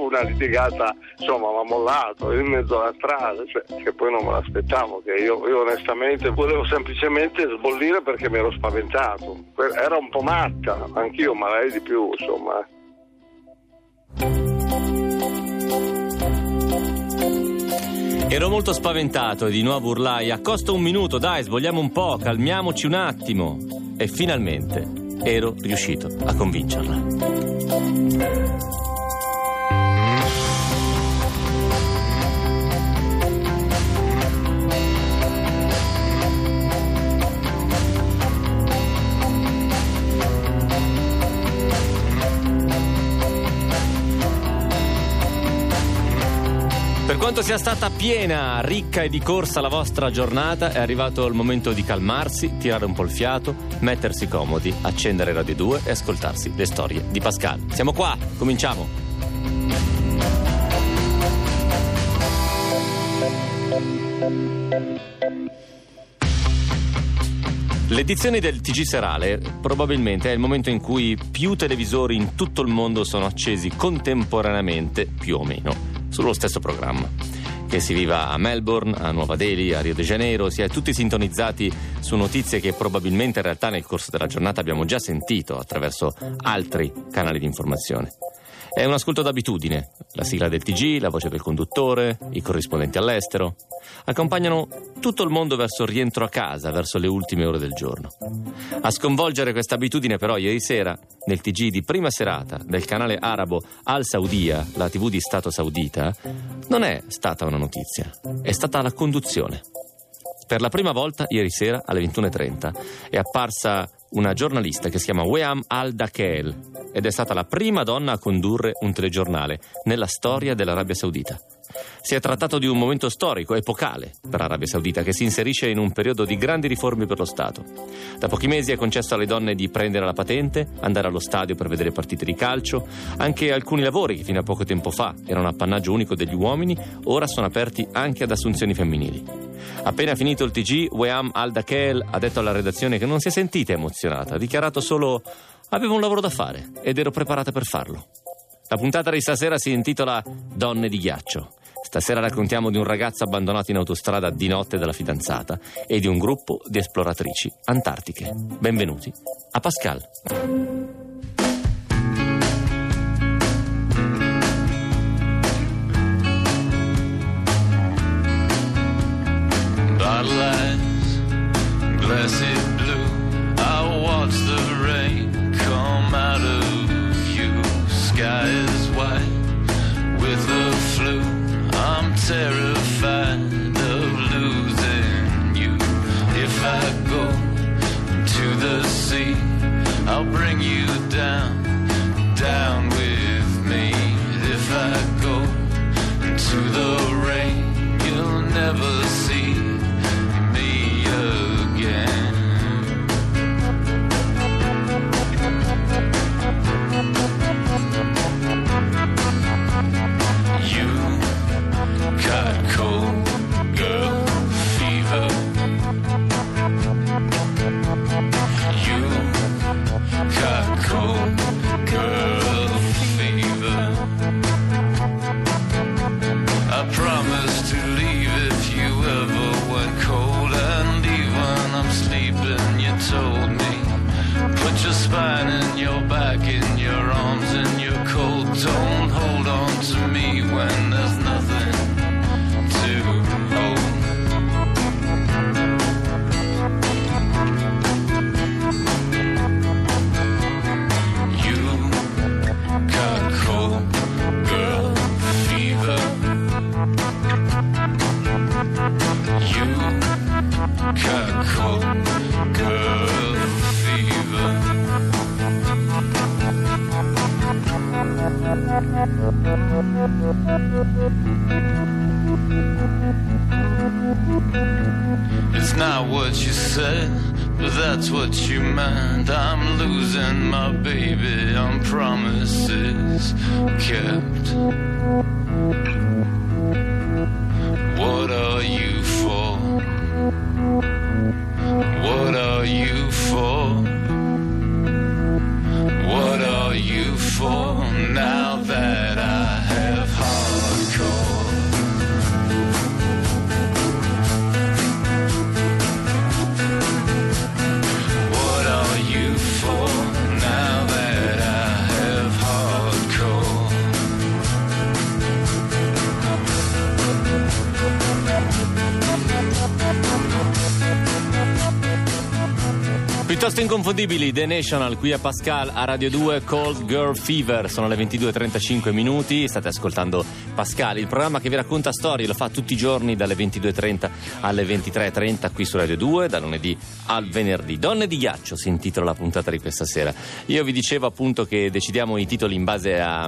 dopo una litigata, insomma, mi ha mollato in mezzo alla strada, cioè, che poi non me l'aspettavo, che io onestamente volevo semplicemente sbollire perché mi ero spaventato. Era un po' matta, anch'io, ma lei di più, insomma. Ero molto spaventato e di nuovo urlai: a costo un minuto, dai, svogliamo un po', calmiamoci un attimo. E finalmente ero riuscito a convincerla. Per quanto sia stata piena, ricca e di corsa la vostra giornata, è arrivato il momento di calmarsi, tirare un po' il fiato, mettersi comodi, accendere Radio 2 e ascoltarsi le storie di Pascal. Siamo qua, cominciamo! L'edizione del TG Serale probabilmente è il momento in cui più televisori in tutto il mondo sono accesi contemporaneamente, più o meno, sullo stesso programma. Che si viva a Melbourne, a Nuova Delhi, a Rio de Janeiro, si è tutti sintonizzati su notizie che probabilmente in realtà nel corso della giornata abbiamo già sentito attraverso altri canali di informazione. È un ascolto d'abitudine, la sigla del TG, la voce del conduttore, i corrispondenti all'estero, accompagnano tutto il mondo verso il rientro a casa, verso le ultime ore del giorno. A sconvolgere questa abitudine però ieri sera, nel TG di prima serata del canale arabo Al Saudia, la TV di Stato saudita, non è stata una notizia, è stata la conduzione. Per la prima volta ieri sera alle 21:30 è apparsa una giornalista che si chiama Weam Al-Dakhel ed è stata la prima donna a condurre un telegiornale nella storia dell'Arabia Saudita. Si è trattato di un momento storico, epocale per l'Arabia Saudita, che si inserisce in un periodo di grandi riforme per lo Stato. Da pochi mesi è concesso alle donne di prendere la patente, andare allo stadio per vedere partite di calcio. Anche alcuni lavori che fino a poco tempo fa erano appannaggio unico degli uomini, ora sono aperti anche ad assunzioni femminili. Appena finito il TG, Weam Al-Dakhel ha detto alla redazione che non si è sentita emozionata, ha dichiarato solo: avevo un lavoro da fare ed ero preparata per farlo. La puntata di stasera si intitola Donne di ghiaccio. Stasera raccontiamo di un ragazzo abbandonato in autostrada di notte dalla fidanzata e di un gruppo di esploratrici antartiche. Benvenuti a Pascal. Bottle eyes, glassy blue, I watch the rain come out of you. Sky is white with the flu. I'm terrified of losing you. If I go to the sea, I'll bring you down, down with me. If I go to the rain, you'll never see me again. Got cold girl fever. You got cold girl fever. I promised to leave if you ever went cold, and even I'm sleeping, you told me, put your spine in your back, in your arms, in your cold. Don't hold on to me when there's nothing to hold. You got cold girl fever. You got cold girl fever. It's not what you said, but that's what you meant. I'm losing my baby on promises kept. What are you for? What are you for? What are you for now that I have Piuttosto inconfondibili, The National qui a Pascal a Radio 2, Cold Girl Fever. Sono le 22:35 minuti. State ascoltando Pascal, il programma che vi racconta storie. Lo fa tutti i giorni dalle 22:30 alle 23:30 qui su Radio 2, da lunedì al venerdì. Donne di ghiaccio si intitola la puntata di questa sera. Io vi dicevo appunto che decidiamo i titoli in base a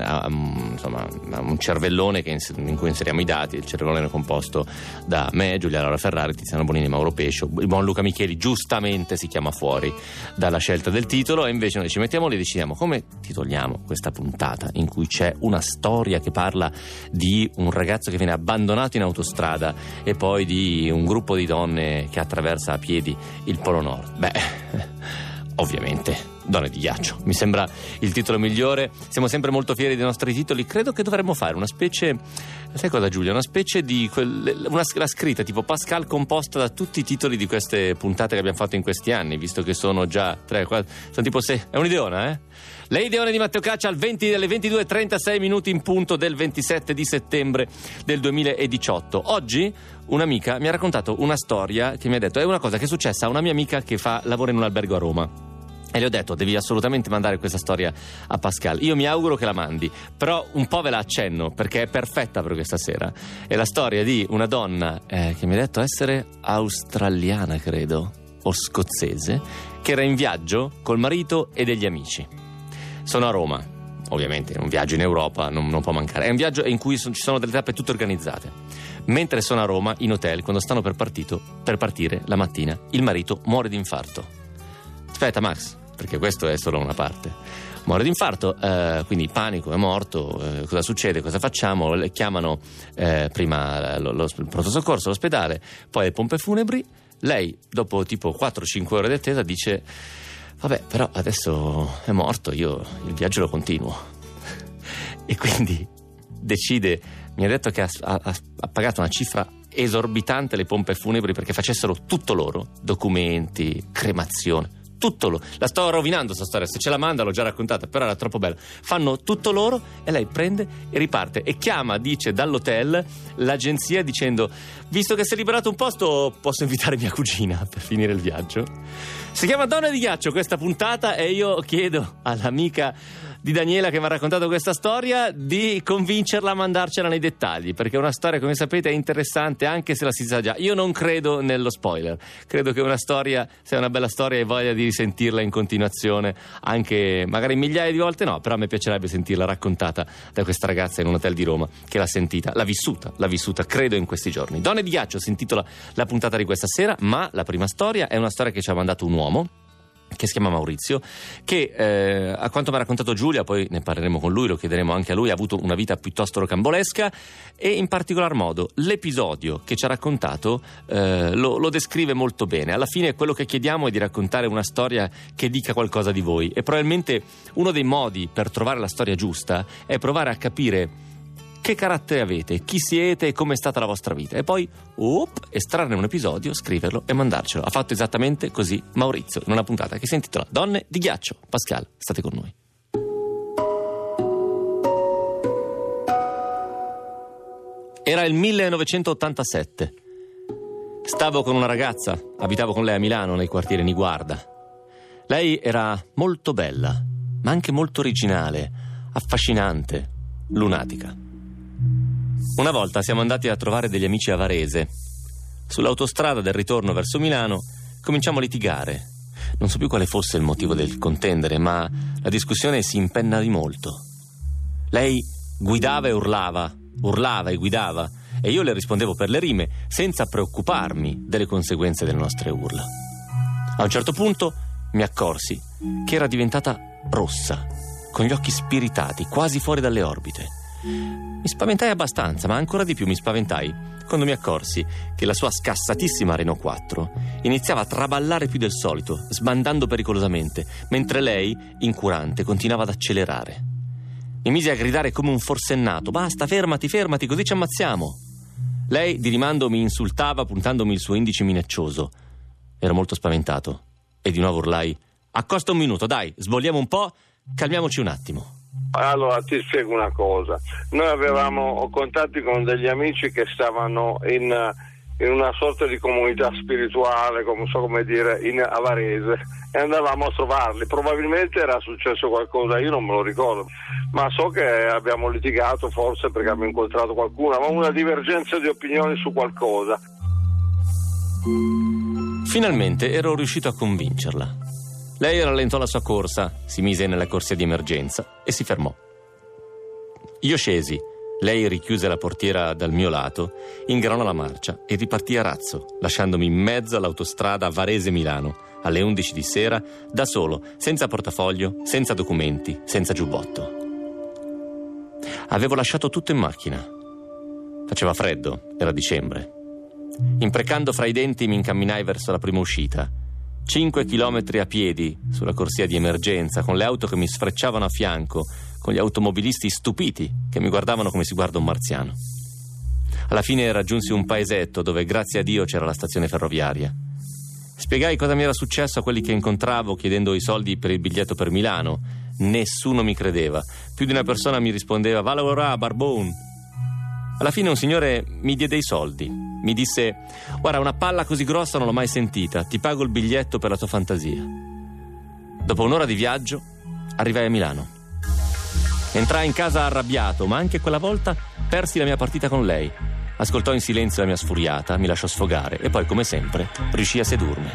un cervellone in cui inseriamo i dati. Il cervellone è composto da me, Giulia Laura Ferrari, Tiziano Bonini, Mauro Pescio. Il buon Luca Micheli giustamente si chiama fuori dalla scelta del titolo, e invece noi ci mettiamo lì e decidiamo come titoliamo questa puntata in cui c'è una storia che parla di un ragazzo che viene abbandonato in autostrada e poi di un gruppo di donne che attraversa a piedi il Polo Nord. Beh, ovviamente Donne di ghiaccio mi sembra il titolo migliore. Siamo sempre molto fieri dei nostri titoli. Credo che dovremmo fare una specie, sai cosa Giulia, una specie di la scritta tipo Pascal composta da tutti i titoli di queste puntate che abbiamo fatto in questi anni, visto che sono già 3, 4, sono tipo 6. È un'ideona, eh? Le ideone di Matteo Caccia alle 22:36 minuti in punto del 27 di settembre del 2018. Oggi un'amica mi ha raccontato una storia che mi ha detto è una cosa che è successa a una mia amica che lavora in un albergo a Roma. E le ho detto, devi assolutamente mandare questa storia a Pascal. Io mi auguro che la mandi, però un po' ve la accenno perché è perfetta per questa sera. È la storia di una donna che mi ha detto essere australiana, credo, o scozzese, che era in viaggio col marito e degli amici. Sono a Roma, ovviamente, un viaggio in Europa non può mancare. È un viaggio in cui ci sono delle tappe tutte organizzate. Mentre sono a Roma, in hotel, quando stanno per partire la mattina, il marito muore di infarto. Aspetta Max, perché questo è solo una parte. Muore di infarto, quindi panico, è morto, cosa succede, cosa facciamo? Le chiamano prima il pronto soccorso, l'ospedale, poi le pompe funebri. Lei, dopo tipo 4-5 ore di attesa, dice vabbè, però adesso è morto, io il viaggio lo continuo. E quindi decide, mi ha detto che ha pagato una cifra esorbitante le pompe funebri perché facessero tutto loro, documenti, cremazione, tutto loro. La sto rovinando questa storia, se ce la manda l'ho già raccontata, però era troppo bella. Fanno tutto loro e lei prende e riparte e chiama, dice, dall'hotel l'agenzia dicendo visto che si è liberato un posto posso invitare mia cugina per finire il viaggio. Si chiama Donne di ghiaccio questa puntata e io chiedo all'amica di Daniela che mi ha raccontato questa storia di convincerla a mandarcela nei dettagli, perché una storia, come sapete, è interessante anche se la si sa già. Io non credo nello spoiler, credo che una storia sia una bella storia e voglia di risentirla in continuazione, anche magari migliaia di volte no, però a me piacerebbe sentirla raccontata da questa ragazza in un hotel di Roma che l'ha sentita, l'ha vissuta credo in questi giorni. Donne di ghiaccio si intitola la puntata di questa sera, ma la prima storia è una storia che ci ha mandato un uomo che si chiama Maurizio, che a quanto mi ha raccontato Giulia, poi ne parleremo con lui, lo chiederemo anche a lui, ha avuto una vita piuttosto rocambolesca e in particolar modo l'episodio che ci ha raccontato lo descrive molto bene. Alla fine quello che chiediamo è di raccontare una storia che dica qualcosa di voi e probabilmente uno dei modi per trovare la storia giusta è provare a capire che carattere avete, chi siete e come è stata la vostra vita e poi estrarne un episodio, scriverlo e mandarcelo. Ha fatto esattamente così Maurizio in una puntata che si intitola Donne di ghiaccio. Pascal, state con noi. Era il 1987. Stavo con una ragazza, abitavo con lei a Milano nel quartiere Niguarda. Lei era molto bella, ma anche molto originale, affascinante, lunatica. Una volta siamo andati a trovare degli amici a Varese. Sull'autostrada del ritorno verso Milano cominciamo a litigare. Non so più quale fosse il motivo del contendere, ma la discussione si impenna di molto. Lei guidava e urlava e guidava, e io le rispondevo per le rime, senza preoccuparmi delle conseguenze delle nostre urla. A un certo punto mi accorsi che era diventata rossa, con gli occhi spiritati, quasi fuori dalle orbite. Mi spaventai abbastanza, ma ancora di più mi spaventai quando mi accorsi che la sua scassatissima Renault 4 iniziava a traballare più del solito, sbandando pericolosamente, mentre lei, incurante, continuava ad accelerare. Mi mise a gridare come un forsennato: basta, fermati, così ci ammazziamo. Lei di rimando mi insultava puntandomi il suo indice minaccioso. Ero molto spaventato e di nuovo urlai: accosta un minuto, dai, sbolliamo un po', calmiamoci un attimo. Allora ti spiego una cosa. Noi avevamo contatti con degli amici che stavano in una sorta di comunità spirituale, come so come dire, a Varese, e andavamo a trovarli. Probabilmente era successo qualcosa, io non me lo ricordo, ma so che abbiamo litigato forse perché abbiamo incontrato qualcuno, avevamo una divergenza di opinioni su qualcosa. Finalmente ero riuscito a convincerla. Lei rallentò la sua corsa, si mise nella corsia di emergenza e si fermò. Io scesi, lei richiuse la portiera dal mio lato, ingranò la marcia e ripartì a razzo, lasciandomi in mezzo all'autostrada Varese-Milano, alle 11 di sera, da solo, senza portafoglio, senza documenti, senza giubbotto. Avevo lasciato tutto in macchina. Faceva freddo, era dicembre. Imprecando fra i denti mi incamminai verso la prima uscita. 5 chilometri a piedi sulla corsia di emergenza, con le auto che mi sfrecciavano a fianco, con gli automobilisti stupiti che mi guardavano come si guarda un marziano. Alla fine raggiunsi un paesetto dove, grazie a Dio, c'era la stazione ferroviaria. Spiegai cosa mi era successo a quelli che incontravo chiedendo i soldi per il biglietto per Milano. Nessuno mi credeva. Più di una persona mi rispondeva: va a lavorare, barbone. Alla fine un signore mi diede i soldi. Mi disse: guarda, una palla così grossa non l'ho mai sentita, ti pago il biglietto per la tua fantasia. Dopo un'ora di viaggio arrivai a Milano. Entrai in casa arrabbiato, ma anche quella volta persi la mia partita con lei. Ascoltò in silenzio la mia sfuriata, mi lasciò sfogare e poi, come sempre, riuscì a sedurmi.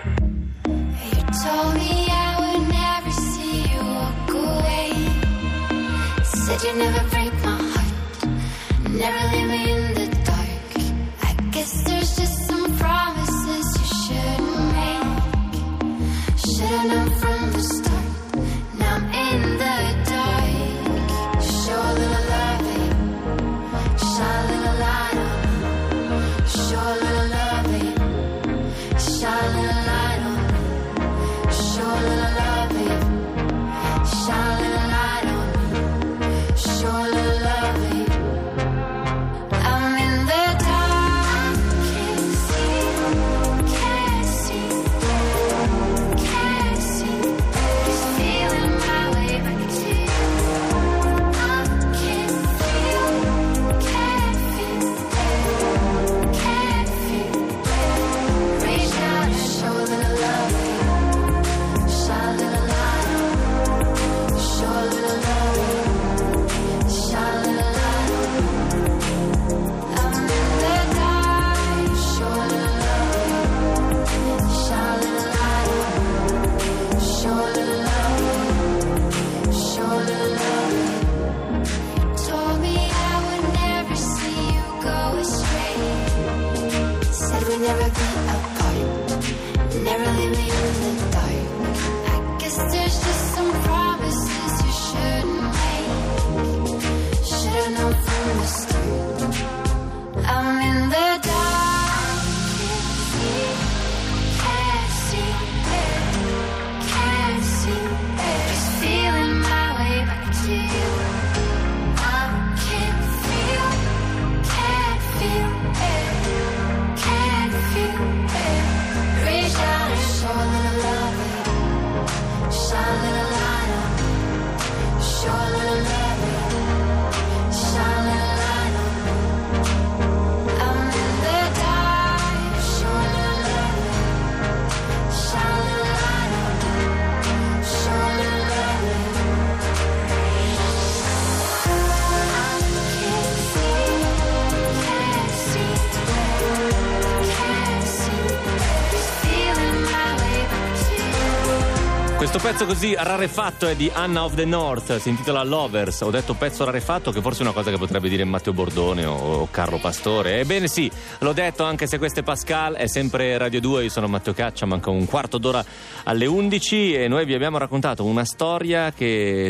Questo pezzo così rarefatto è di Anna of the North, si intitola Lovers. Ho detto pezzo rarefatto, che forse è una cosa che potrebbe dire Matteo Bordone o Carlo Pastore. Ebbene sì, l'ho detto, anche se questo è Pascal, è sempre Radio 2, io sono Matteo Caccia, manca un quarto d'ora alle 11 e noi vi abbiamo raccontato una storia che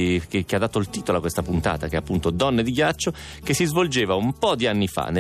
ha dato il titolo a questa puntata, che è appunto Donne di ghiaccio, che si svolgeva un po' di anni fa, nel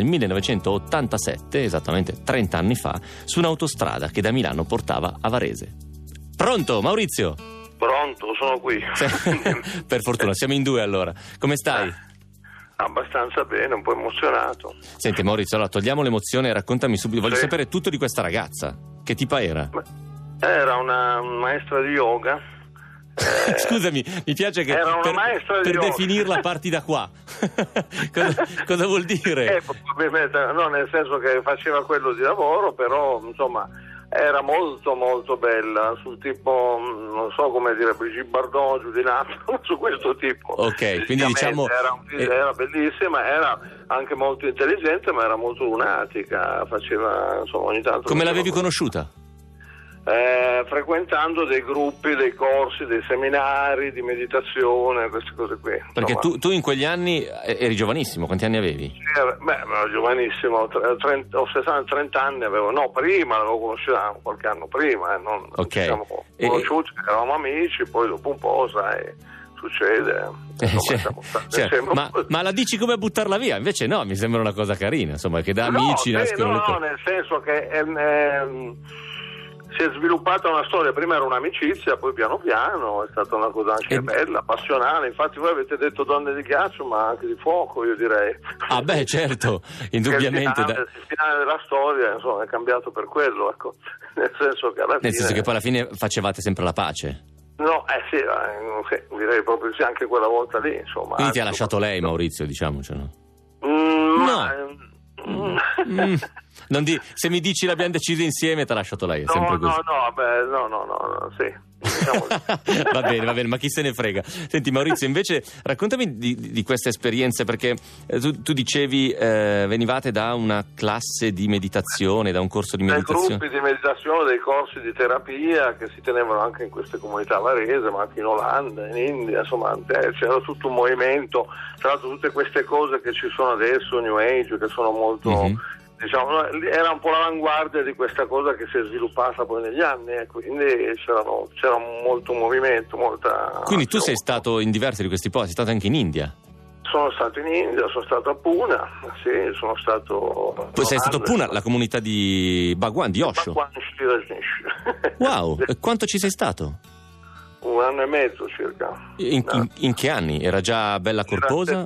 1987, esattamente 30 anni fa, su un'autostrada che da Milano portava a Varese. Pronto, Maurizio? Pronto, sono qui. Per fortuna, siamo in due allora. Come stai? Abbastanza bene, un po' emozionato. Senti Maurizio, allora togliamo l'emozione e raccontami subito, voglio sapere tutto di questa ragazza. Che tipa era? Era una maestra di yoga Scusami, mi piace che era una maestra di per Osho. Definirla parti da qua. cosa vuol dire? Probabilmente no, nel senso che faceva quello di lavoro, però insomma era molto molto bella, sul tipo, non so come dire, Brigitte Bardot, Giù di Napoli, su questo tipo. Ok, quindi diciamo era bellissima, era anche molto intelligente, ma era molto lunatica, faceva, insomma, ogni tanto. Come l'avevi conosciuta? Frequentando dei gruppi, dei corsi, dei seminari di meditazione, queste cose qui. Perché tu in quegli anni eri giovanissimo, quanti anni avevi? Ero giovanissimo, 30 anni avevo, no, prima l'avevo conosciuta qualche anno prima, non ci siamo conosciuti, eravamo amici, poi dopo un po', sai, succede. Ma la dici come buttarla via? Invece no, mi sembra una cosa carina, insomma, che da amici nascono le cose. No, nel senso che si è sviluppata una storia, prima era un'amicizia, poi piano piano è stata una cosa anche bella, passionale. Infatti voi avete detto donne di ghiaccio, ma anche di fuoco, io direi. Ah beh, certo, indubbiamente. Il finale della storia, insomma, è cambiato per quello, ecco. Nel senso che alla fine... Nel senso che poi alla fine facevate sempre la pace. No, sì, direi proprio sì, anche quella volta lì, insomma. Quindi ti ha lasciato lei, Maurizio, diciamocelo. Non se mi dici l'abbiamo deciso insieme, ti ha lasciato lei, è sempre così. No, sì. Diciamo. Va bene, ma chi se ne frega. Senti Maurizio, invece raccontami di queste esperienze, perché tu dicevi venivate da una classe di meditazione, da un corso di meditazione. Dei gruppi di meditazione, dei corsi di terapia che si tenevano anche in queste comunità varese, ma anche in Olanda, in India, insomma c'era tutto un movimento. Tra l'altro tutte queste cose che ci sono adesso, New Age, che sono molto... Diciamo, era un po' l'avanguardia di questa cosa che si è sviluppata poi negli anni, quindi c'era molto movimento, molta... Quindi tu sei stato in diversi di questi posti, sei stato anche in India? Sono stato in India, sono stato a Pune, sì, sono stato... Poi sei stato a Pune, la comunità di Bhagwan, di Osho? Bhagwan Sri Rajneesh. Wow, quanto ci sei stato? 1 anno e mezzo circa. In che anni? Era già bella corposa?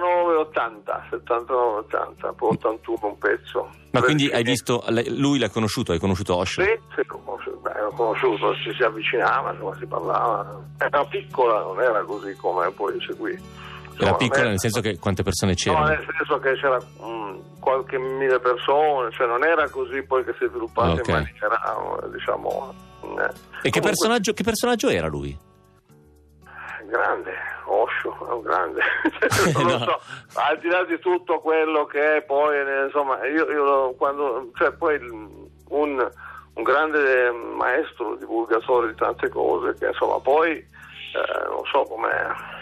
79-80, poi 81 un pezzo. Ma quindi hai visto, lui l'hai conosciuto Osho? Sì, l'ho conosciuto, si avvicinava, insomma, si parlava. Era piccola, non era così come poi seguì. Era piccola nel senso che quante persone c'erano? No, nel senso che c'era qualche mille persone, cioè non era così poi che si è sviluppato in maniera, diciamo... E che personaggio era lui? Grande, Osho, è un grande. Non lo so, al di là di tutto quello che è poi, insomma, io quando, cioè poi un grande maestro, divulgatore di tante cose, che insomma poi non so com'è.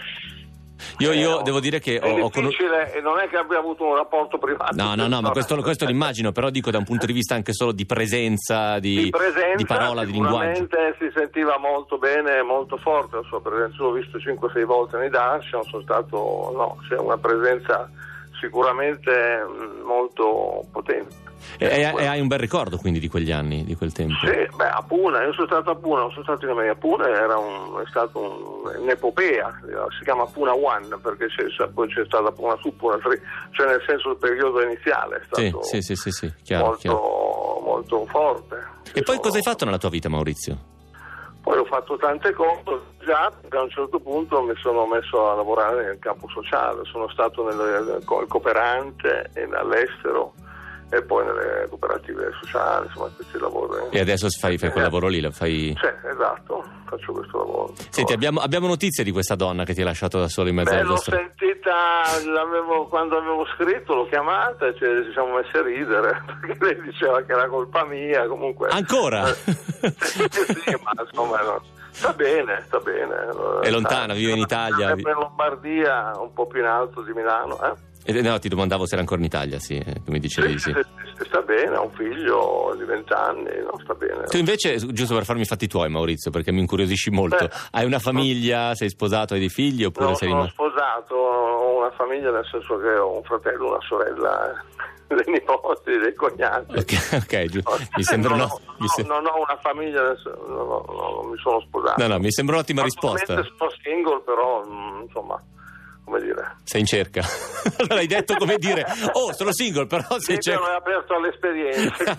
Io devo dire che ho conosciuto. Non è che abbia avuto un rapporto privato. No, ma questo l'immagino, però dico da un punto di vista anche solo di presenza, di parola, di linguaggio. Sicuramente si sentiva molto bene, molto forte la sua presenza. L'ho visto 5-6 volte nei darshan, sono stato, c'è una presenza sicuramente molto potente. E hai un bel ricordo quindi di quegli anni, di quel tempo? Sì, a Pune, io sono stato a Pune, non sono stato in America. Pune è stato un'epopea, si chiama Pune One, perché poi c'è stata Pune 2, Pune 3, cioè nel senso il periodo iniziale è stato sì, chiaro, molto forte. E poi cosa hai fatto nella tua vita, Maurizio? Poi ho fatto tante cose, già perché a un certo punto mi sono messo a lavorare nel campo sociale, sono stato nel cooperante all'estero e poi nelle cooperative sociali, insomma questi lavori. E adesso fai quel lavoro lì, lo fai? Sì, esatto, faccio questo lavoro. Senti, abbiamo notizie di questa donna che ti ha lasciato da solo in mezzo alla strada? L'ho sentita, quando avevo scritto, l'ho chiamata e ci siamo messi a ridere, perché lei diceva che era colpa mia, comunque. Ancora? Sì, ma insomma sta bene. È lontana, vive in Italia. È in Lombardia, un po' più in alto di Milano, No, ti domandavo se era ancora in Italia, sì, come dicevi, sì. Sta bene, ha un figlio di 20 anni, sta bene. Tu invece, giusto per farmi i fatti tuoi, Maurizio, perché mi incuriosisci molto, hai una famiglia, sei sposato, hai dei figli oppure no, sei sono sposato, ho una famiglia nel senso che ho un fratello, una sorella, dei nipoti, dei cognati. Ok, giusto. Mi sembra non ho una famiglia, non mi sono sposato. No, mi sembra un'ottima risposta. Sono single, però insomma come dire. Sei in cerca. Allora hai detto, come dire, sono single, però se c'è... non è aperto all'esperienza.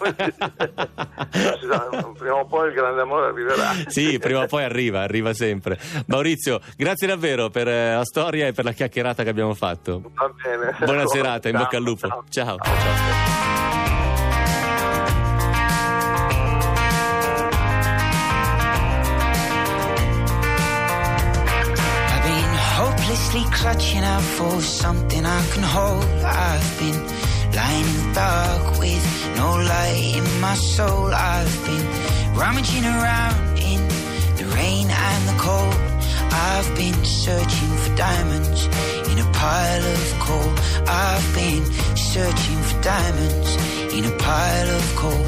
Prima o poi il grande amore arriverà. Sì, prima o poi arriva sempre. Maurizio, grazie davvero per la storia e per la chiacchierata che abbiamo fatto. Va bene. Buona serata, in bocca al lupo. Ciao. Hopelessly clutching out for something I can hold. I've been lying in the dark with no light in my soul. I've been rummaging around in the rain and the cold. I've been searching for diamonds in a pile of coal. I've been searching for diamonds in a pile of coal.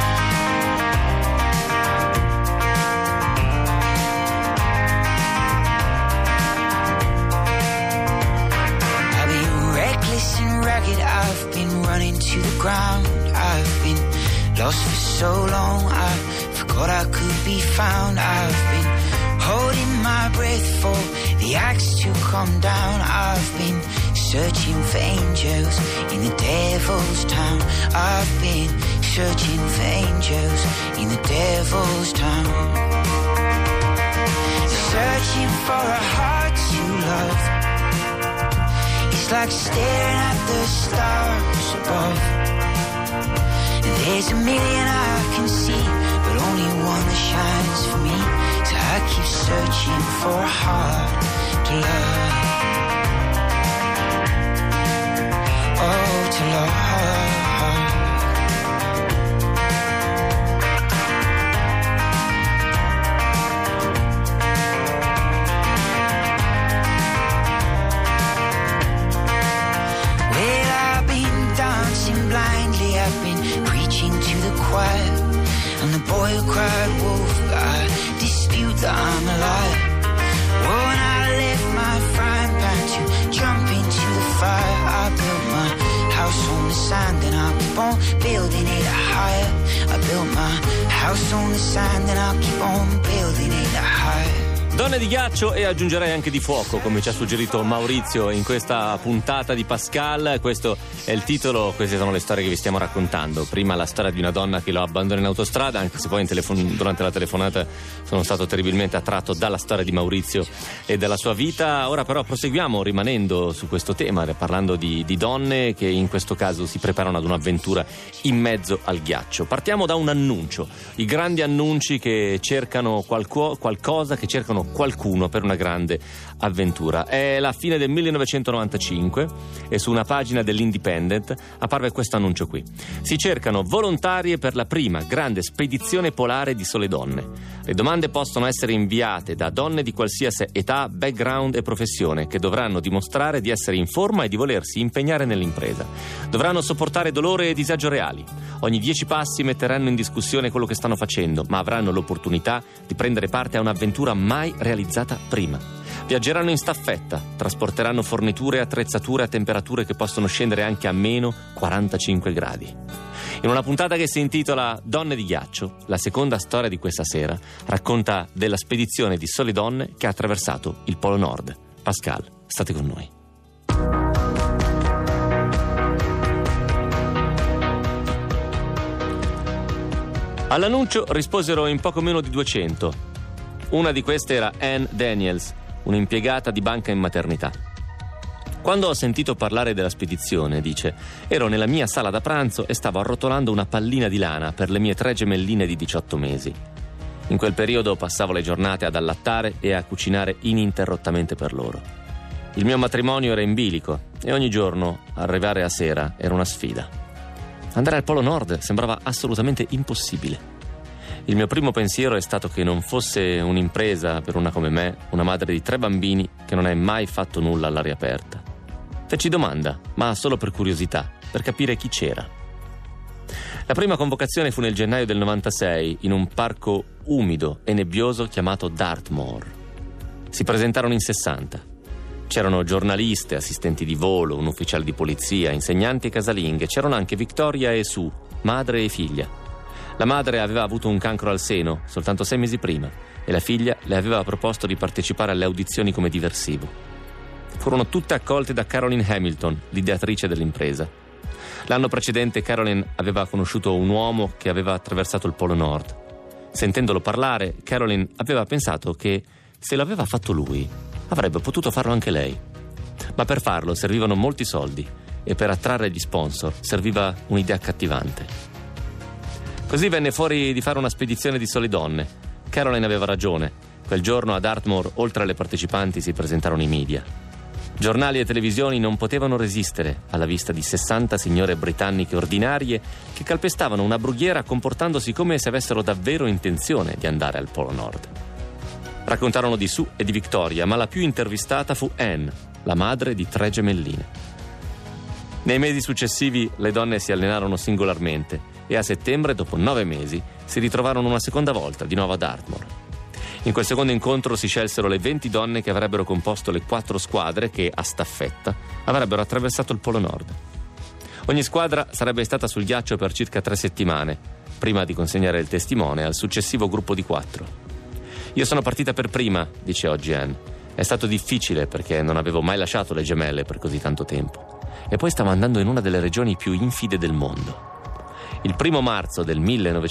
I've been running to the ground. I've been lost for so long, I forgot I could be found. I've been holding my breath for the axe to come down. I've been searching for angels in the devil's town. I've been searching for angels in the devil's town. Searching for a heart to love. It's like staring at the stars above. There's a million I can see, but only one that shines for me. So I keep searching for a heart to love. Oh, to love. And the boy who cried wolf, I dispute that I'm alive. Oh, and I left my frying pan to jump into the fire. I built my house on the sand and I'll keep on building it higher. I built my house on the sand and I'll keep on building it higher. Donne di ghiaccio e aggiungerei anche di fuoco, come ci ha suggerito Maurizio in questa puntata di Pascal. Questo è il titolo, queste sono le storie che vi stiamo raccontando. Prima la storia di una donna che lo abbandona in autostrada, anche se poi durante la telefonata sono stato terribilmente attratto dalla storia di Maurizio e della sua vita. Ora però proseguiamo rimanendo su questo tema, parlando di donne che in questo caso si preparano ad un'avventura in mezzo al ghiaccio. Partiamo da un annuncio, i grandi annunci che cercano qualcosa, che cercano qualcuno per una grande avventura. È la fine del 1995 e su una pagina dell'Independent apparve questo annuncio qui: si cercano volontarie per la prima grande spedizione polare di sole donne. Le domande possono essere inviate da donne di qualsiasi età, background e professione, che dovranno dimostrare di essere in forma e di volersi impegnare nell'impresa. Dovranno sopportare dolore e disagio reali. Ogni 10 passi metteranno in discussione quello che stanno facendo, ma avranno l'opportunità di prendere parte a un'avventura mai realizzata prima. Viaggeranno in staffetta, trasporteranno forniture e attrezzature a temperature che possono scendere anche a meno 45 gradi. In una puntata che si intitola Donne di ghiaccio, la seconda storia di questa sera racconta della spedizione di sole donne che ha attraversato il Polo Nord. Pascal, state con noi. All'annuncio risposero in poco meno di 200. Una di queste era Anne Daniels, un'impiegata di banca in maternità. Quando ho sentito parlare della spedizione, dice, ero nella mia sala da pranzo e stavo arrotolando una pallina di lana per le mie 3 gemelline di 18 mesi. In quel periodo passavo le giornate ad allattare e a cucinare ininterrottamente per loro. Il mio matrimonio era in bilico e ogni giorno arrivare a sera era una sfida. Andare al Polo Nord sembrava assolutamente impossibile. Il mio primo pensiero è stato che non fosse un'impresa per una come me, una madre di 3 bambini che non hai mai fatto nulla all'aria aperta. Feci domanda, ma solo per curiosità, per capire chi c'era. La prima convocazione fu nel gennaio del 96 in un parco umido e nebbioso chiamato Dartmoor. Si presentarono in 60. C'erano giornaliste, assistenti di volo, un ufficiale di polizia, insegnanti e casalinghe. C'erano anche Victoria e Sue, madre e figlia. La madre aveva avuto un cancro al seno soltanto 6 mesi prima e la figlia le aveva proposto di partecipare alle audizioni come diversivo. furono tutte accolte da Caroline Hamilton, l'ideatrice dell'impresa. L'anno precedente Caroline aveva conosciuto un uomo che aveva attraversato il Polo Nord. Sentendolo parlare, Caroline aveva pensato che se lo aveva fatto lui, avrebbe potuto farlo anche lei. Ma per farlo servivano molti soldi e per attrarre gli sponsor serviva un'idea accattivante. Così venne fuori di fare una spedizione di sole donne. Caroline aveva ragione. Quel giorno a Dartmoor, oltre alle partecipanti, si presentarono i media. Giornali e televisioni non potevano resistere alla vista di 60 signore britanniche ordinarie che calpestavano una brughiera comportandosi come se avessero davvero intenzione di andare al Polo Nord. Raccontarono di Sue e di Victoria, ma la più intervistata fu Anne, la madre di 3 gemelline. Nei mesi successivi le donne si allenarono singolarmente e a settembre, dopo 9 mesi, si ritrovarono una seconda volta, di nuovo a Dartmoor. In quel secondo incontro si scelsero le 20 donne che avrebbero composto le 4 squadre che, a staffetta, avrebbero attraversato il Polo Nord. Ogni squadra sarebbe stata sul ghiaccio per circa 3 settimane, prima di consegnare il testimone al successivo gruppo di 4. Io sono partita per prima, dice oggi Anne. È stato difficile perché non avevo mai lasciato le gemelle per così tanto tempo. E poi stavo andando in una delle regioni più infide del mondo. Il 1 marzo del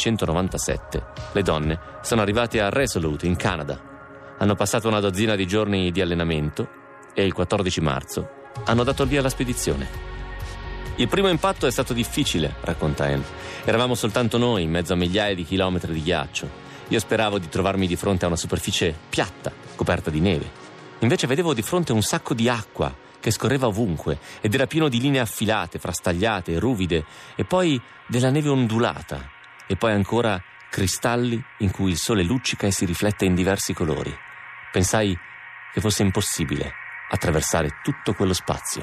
1997 le donne sono arrivate a Resolute in Canada. Hanno passato una dozzina di giorni di allenamento e il 14 marzo hanno dato il via alla spedizione. Il primo impatto è stato difficile, racconta Anne. Eravamo soltanto noi in mezzo a migliaia di chilometri di ghiaccio. Io speravo di trovarmi di fronte a una superficie piatta, coperta di neve. Invece vedevo di fronte un sacco di acqua che scorreva ovunque ed era pieno di linee affilate, frastagliate, ruvide, e poi della neve ondulata, e poi ancora cristalli in cui il sole luccica e si riflette in diversi colori. Pensai che fosse impossibile attraversare tutto quello spazio.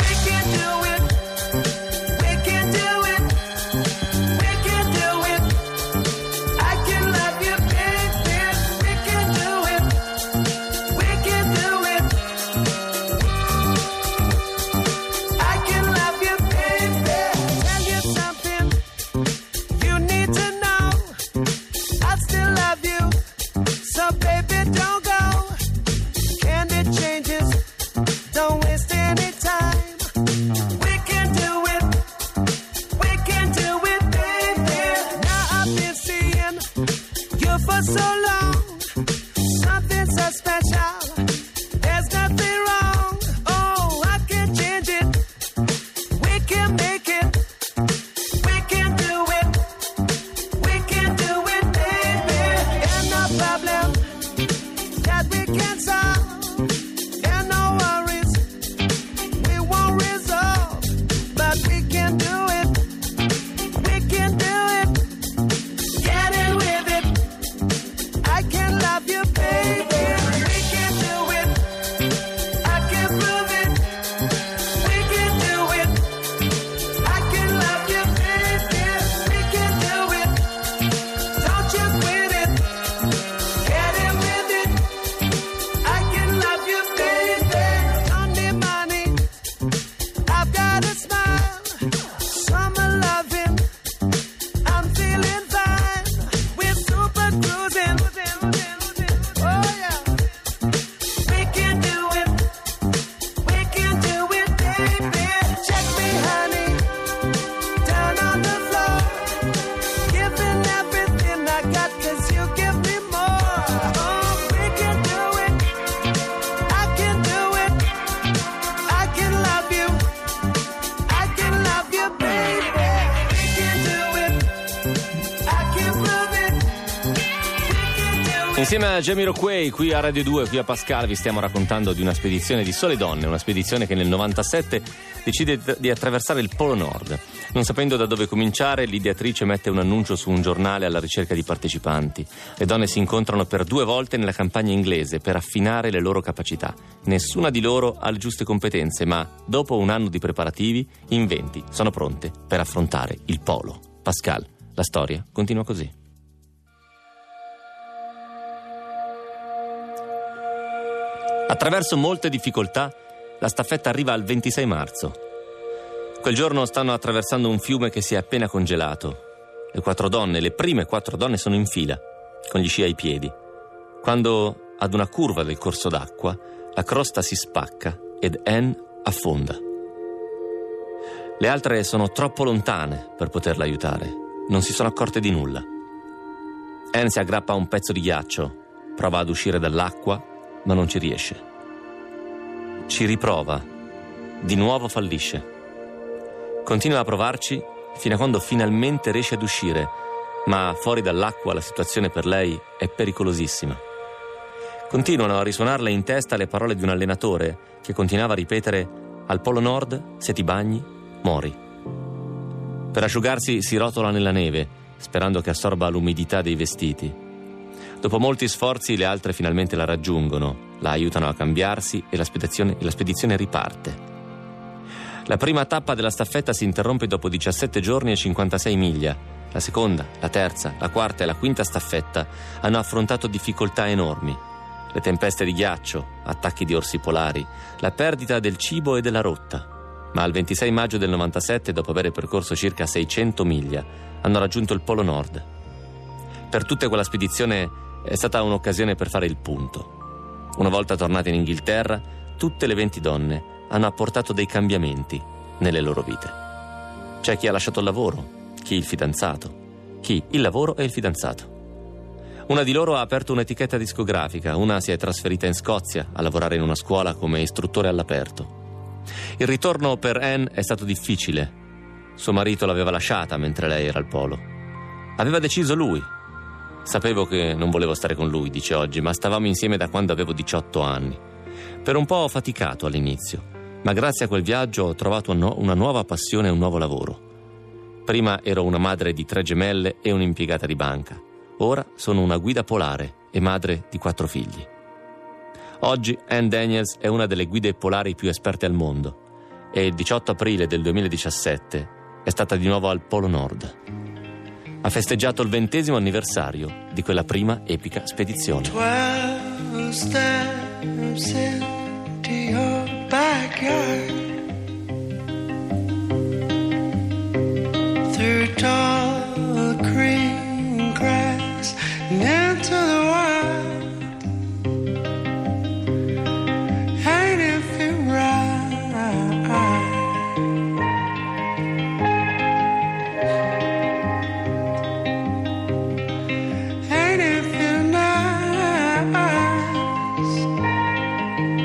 Insieme a Jamiroquai, qui a Radio 2, qui a Pascal, vi stiamo raccontando di una spedizione di sole donne, una spedizione che nel 97 decide di attraversare il Polo Nord. Non sapendo da dove cominciare, l'ideatrice mette un annuncio su un giornale alla ricerca di partecipanti. Le donne si incontrano per 2 volte nella campagna inglese per affinare le loro capacità. Nessuna di loro ha le giuste competenze, ma dopo un anno di preparativi, in 20 sono pronte per affrontare il Polo. Pascal, la storia continua così. Attraverso molte difficoltà, la staffetta arriva al 26 marzo. Quel giorno stanno attraversando un fiume che si è appena congelato. Le 4 donne, le prime 4 donne sono in fila, con gli sci ai piedi. Quando, ad una curva del corso d'acqua, la crosta si spacca ed Anne affonda. Le altre sono troppo lontane per poterla aiutare, non si sono accorte di nulla. Anne si aggrappa a un pezzo di ghiaccio, prova ad uscire dall'acqua, ma non ci riesce. Ci riprova, di nuovo fallisce. Continua a provarci fino a quando finalmente riesce ad uscire, ma fuori dall'acqua la situazione per lei è pericolosissima. Continuano a risuonarle in testa le parole di un allenatore che continuava a ripetere: al Polo Nord, se ti bagni, muori. Per asciugarsi si rotola nella neve, sperando che assorba l'umidità dei vestiti. Dopo molti sforzi le altre finalmente la raggiungono, la aiutano a cambiarsi e la spedizione riparte. La prima tappa della staffetta si interrompe dopo 17 giorni e 56 miglia. La seconda, la terza, la quarta e la quinta staffetta hanno affrontato difficoltà enormi. Le tempeste di ghiaccio, attacchi di orsi polari, la perdita del cibo e della rotta. Ma il 26 maggio del 97, dopo aver percorso circa 600 miglia, hanno raggiunto il Polo Nord. Per tutta quella spedizione è stata un'occasione per fare il punto. Una volta tornate in Inghilterra, tutte le 20 donne hanno apportato dei cambiamenti nelle loro vite. C'è chi ha lasciato il lavoro, chi il fidanzato, chi il lavoro e il fidanzato. Una di loro ha aperto un'etichetta discografica, una si è trasferita in Scozia a lavorare in una scuola come istruttore all'aperto. Il ritorno per Anne è stato difficile. Suo marito l'aveva lasciata mentre lei era al polo. Aveva deciso lui. Sapevo che non volevo stare con lui, dice oggi, ma stavamo insieme da quando avevo 18 anni. Per un po' ho faticato all'inizio, ma grazie a quel viaggio ho trovato una nuova passione e un nuovo lavoro. Prima ero una madre di 3 gemelle e un'impiegata di banca. Ora sono una guida polare e madre di 4 figli. Oggi Anne Daniels è una delle guide polari più esperte al mondo e il 18 aprile del 2017 è stata di nuovo al Polo Nord. Ha festeggiato il 20° anniversario di quella prima epica spedizione. 12 steps into your backyard, through tall green grass and into the wild. Ain't it feel right? Ain't it feel nice?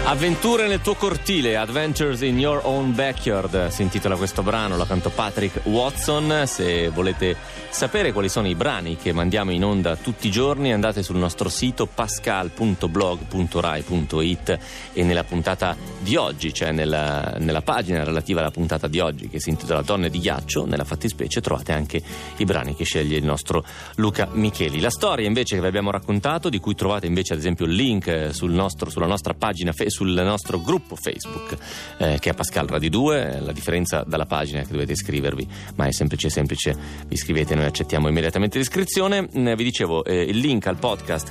Avventure nel tuo cortile, Adventures in Your Own Backyard, si intitola questo brano, la cantò Patrick Watson. Se volete sapere quali sono i brani che mandiamo in onda tutti i giorni, andate sul nostro sito pascal.blog.rai.it e nella puntata di oggi, cioè nella pagina relativa alla puntata di oggi che si intitola Donne di ghiaccio, nella fattispecie trovate anche i brani che sceglie il nostro Luca Micheli. La storia invece che vi abbiamo raccontato, di cui trovate invece ad esempio il link sulla nostra pagina sul nostro gruppo Facebook che è Pascal Radio 2, la differenza dalla pagina è che dovete iscrivervi, ma è semplice, vi iscrivete, noi accettiamo immediatamente l'iscrizione. Vi dicevo, il link al podcast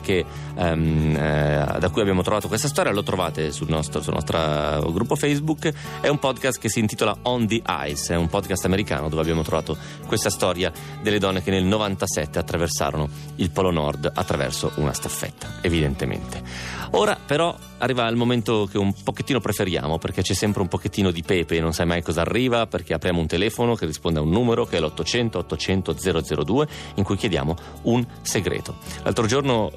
da cui abbiamo trovato questa storia lo trovate sul nostro gruppo Facebook. È un podcast che si intitola On the Ice, è un podcast americano dove abbiamo trovato questa storia delle donne che nel 97 attraversarono il Polo Nord attraverso una staffetta, evidentemente. Ora però arriva il momento che un pochettino preferiamo, perché c'è sempre un pochettino di pepe, non sai mai cosa arriva, perché apriamo un telefono che risponde a un numero che è l'800 800 002 in cui chiediamo un segreto. L'altro giorno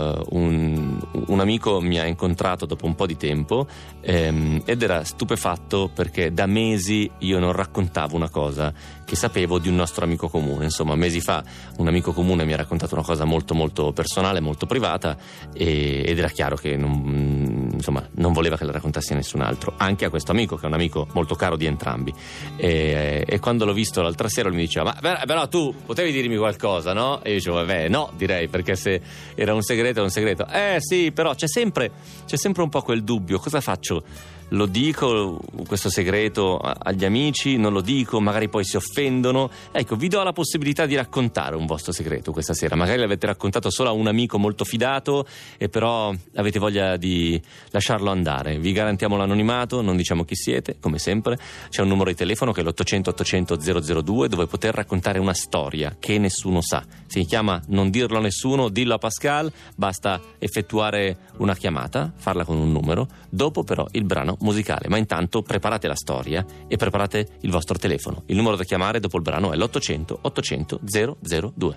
un amico mi ha incontrato dopo un po' di tempo ed era stupefatto perché da mesi io non raccontavo una cosa che sapevo di un nostro amico comune. Insomma, mesi fa un amico comune mi ha raccontato una cosa molto molto personale, molto privata, ed era chiaro che non voleva che la raccontassi a nessun altro, anche a questo amico che è un amico molto caro di entrambi, e quando l'ho visto l'altra sera lui mi diceva: ma però tu potevi dirmi qualcosa, no? E io dicevo: vabbè, no, direi, perché se era un segreto è un segreto. Sì, però c'è sempre un po' quel dubbio: cosa faccio? Lo dico questo segreto agli amici? Non lo dico? Magari poi si offendono. Ecco, vi do la possibilità di raccontare un vostro segreto questa sera. Magari l'avete raccontato solo a un amico molto fidato e però avete voglia di lasciarlo andare. Vi garantiamo l'anonimato, non diciamo chi siete, come sempre. C'è un numero di telefono che è l'800 800 002 dove poter raccontare una storia che nessuno sa. Si chiama Non dirlo a nessuno, dillo a Pascal. Basta effettuare una chiamata, farla con un numero, dopo però il brano musicale. Ma intanto preparate la storia e preparate il vostro telefono. Il numero da chiamare dopo il brano è l'800 800 002.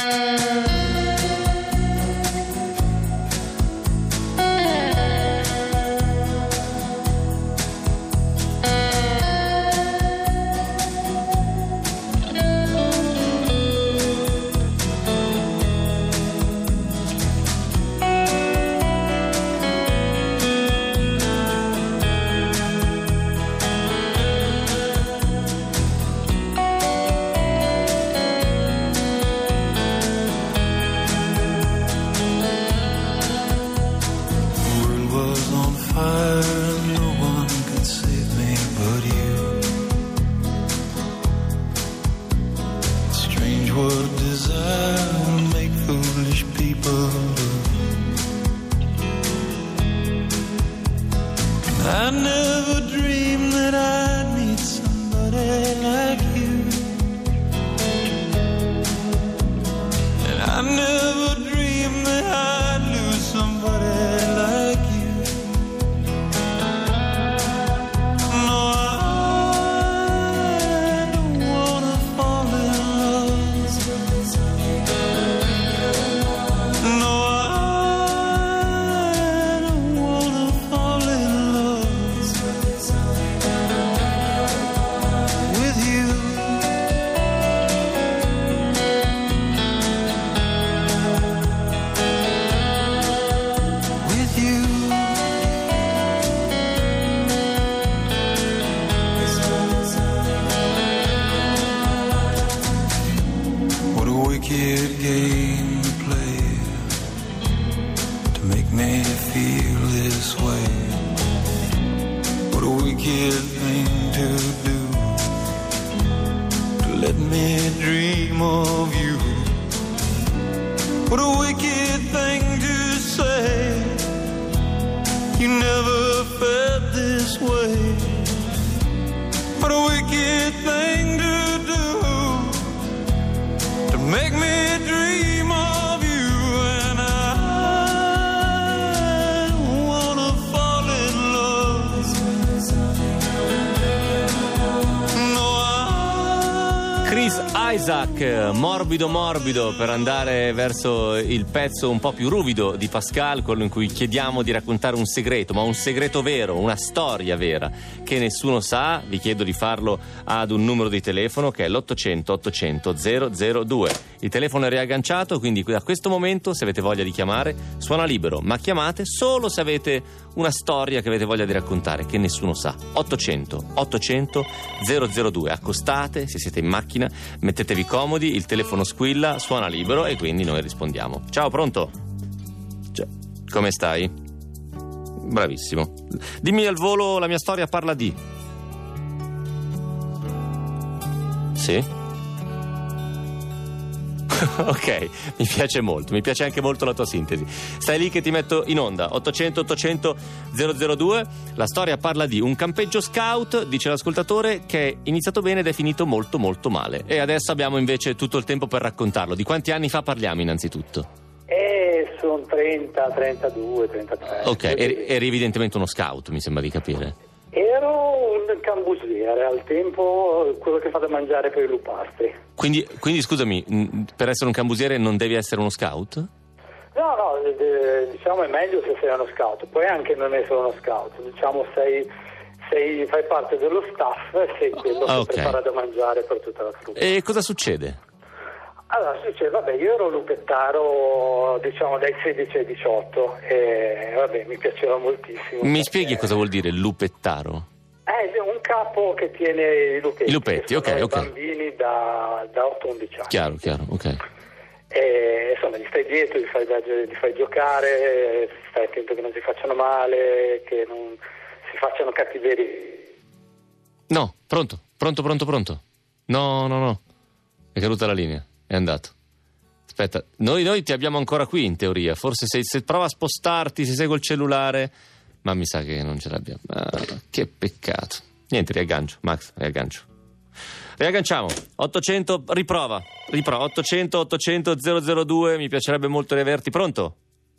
I never dreamed that I'd meet somebody like you, and I never dreamed that I'd lose somebody like you. No, I don't wanna fall in love. No, I don't wanna fall in love with you. With you. What a wicked game to play to make me feel this way. What a wicked thing to do to let me dream of you. What a wicked thing to say. You never felt this way. What a wicked thing to do to make me dream of you. And I wanna fall in love. No, Chris Isaac, morbido morbido, per andare verso il pezzo un po' più ruvido di Pascal, quello in cui chiediamo di raccontare un segreto, ma un segreto vero, una storia vera che nessuno sa. Vi chiedo di farlo ad un numero di telefono che è l'800 800 002. Il telefono è riagganciato, quindi da questo momento, se avete voglia di chiamare, suona libero, ma chiamate solo se avete una storia che avete voglia di raccontare, che nessuno sa. 800 800 002. Accostate, se siete in macchina, mettetevi comodi, il telefono squilla, suona libero e quindi noi rispondiamo. Ciao, pronto? Come stai? Bravissimo. Dimmi al volo, la mia storia parla di... Sì? Ok, mi piace molto, mi piace anche molto la tua sintesi. Stai lì che ti metto in onda. 800 800 002. La storia parla di un campeggio scout, dice l'ascoltatore, che è iniziato bene ed è finito molto molto male. E adesso abbiamo invece tutto il tempo per raccontarlo. Di quanti anni fa parliamo innanzitutto? Sono 30, 32, 33. Ok, eri evidentemente uno scout, mi sembra di capire. Ero un cambusiere al tempo, quello che fa da mangiare per i lupastri. Quindi scusami, per essere un cambusiere non devi essere uno scout? No, diciamo è meglio se sei uno scout, puoi anche non essere uno scout, diciamo fai parte dello staff e sei quello che prepara da mangiare per tutta la truppa. E cosa succede? Allora, io ero lupettaro, diciamo, dai 16 ai 18 e mi piaceva moltissimo. Mi spieghi cosa vuol dire lupettaro? È un capo che tiene i lupetti. I lupetti, ok. I bambini da 8-11 anni. Chiaro, ok. E insomma, gli stai dietro, li fai giocare, stai attento che non si facciano male, che non si facciano cattiverie. No, pronto. No. È caduta la linea. È andato. Aspetta, noi ti abbiamo ancora qui in teoria. Forse se prova a spostarti, se sei col cellulare, ma mi sa che non ce l'abbiamo. Che peccato. Niente, riaggancio, Max, riagganciamo. 800, riprova 800 800 002. Mi piacerebbe molto riaverti. Pronto?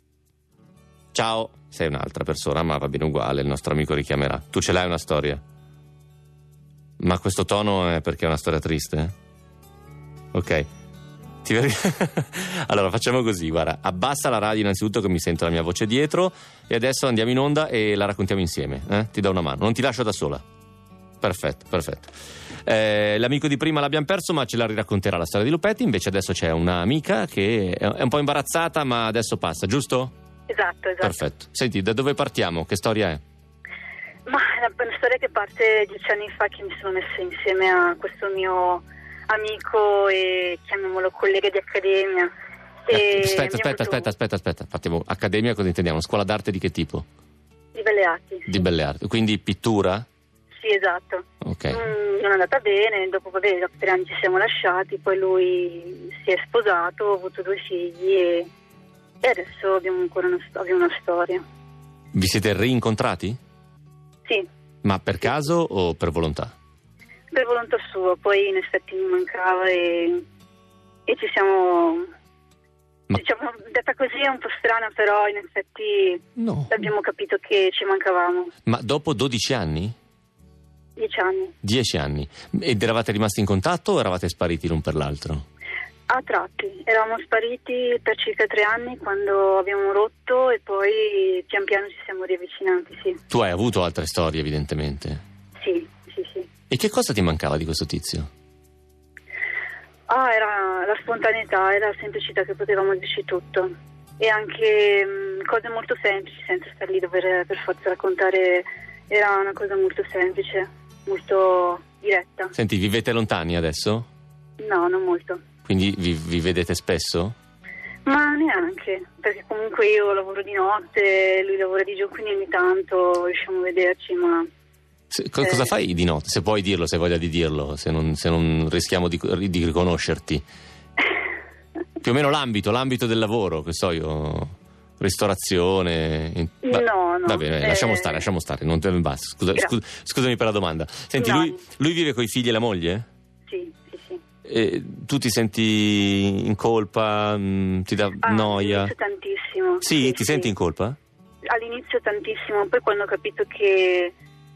Ciao, sei un'altra persona, ma va bene uguale, il nostro amico richiamerà. Tu ce l'hai una storia? Ma questo tono è perché è una storia triste? Ok. Allora facciamo così, guarda, abbassa la radio innanzitutto che mi sento la mia voce dietro e adesso andiamo in onda e la raccontiamo insieme, ti do una mano, non ti lascio da sola. Perfetto. L'amico di prima l'abbiamo perso, ma ce la riracconterà la storia di Lupetti. Invece adesso c'è un'amica che è un po' imbarazzata, ma adesso passa, giusto? Esatto. Perfetto. Senti, da dove partiamo? Che storia è? Ma è una storia che parte 10 anni fa, che mi sono messa insieme a questo mio amico e chiamiamolo collega di accademia. Aspetta. Partiamo. Accademia cosa intendiamo? Scuola d'arte di che tipo? Di belle arti. Di belle arti, quindi pittura? Sì, esatto. Ok. Non è andata bene, dopo 3 anni ci siamo lasciati, poi lui si è sposato, ha avuto 2 figli e adesso abbiamo ancora una storia. Vi siete rincontrati? Sì. Ma per caso o per volontà? Per volontà sua, poi in effetti mi mancava e ci siamo... Diciamo, detta così è un po' strana, però in effetti abbiamo capito che ci mancavamo. Ma dopo 12 anni? 10 anni. 10 anni. Ed eravate rimasti in contatto o eravate spariti l'un per l'altro? A tratti. Eravamo spariti per circa 3 anni quando abbiamo rotto e poi pian piano ci siamo riavvicinati, sì. Tu hai avuto altre storie, evidentemente? Sì. E che cosa ti mancava di questo tizio? Era la spontaneità e la semplicità, che potevamo dirci tutto. E anche cose molto semplici, senza star lì dover per forza raccontare. Era una cosa molto semplice, molto diretta. Senti, vivete lontani adesso? No, non molto. Quindi vi vedete spesso? Ma neanche, perché comunque io lavoro di notte, lui lavora di giorno, quindi ogni tanto riusciamo a vederci, ma... Cosa fai di notte? Se puoi dirlo, se hai voglia di dirlo, se non rischiamo di riconoscerti. Più o meno l'ambito del lavoro, che so io, ristorazione... No. Va bene, lasciamo stare, non te ne basta. Scusami per la domanda. Senti, no. lui vive coi figli e la moglie? Sì. E tu ti senti in colpa? Ti dà noia? All'inizio tantissimo. Sì, ti senti in colpa? All'inizio tantissimo, poi quando ho capito che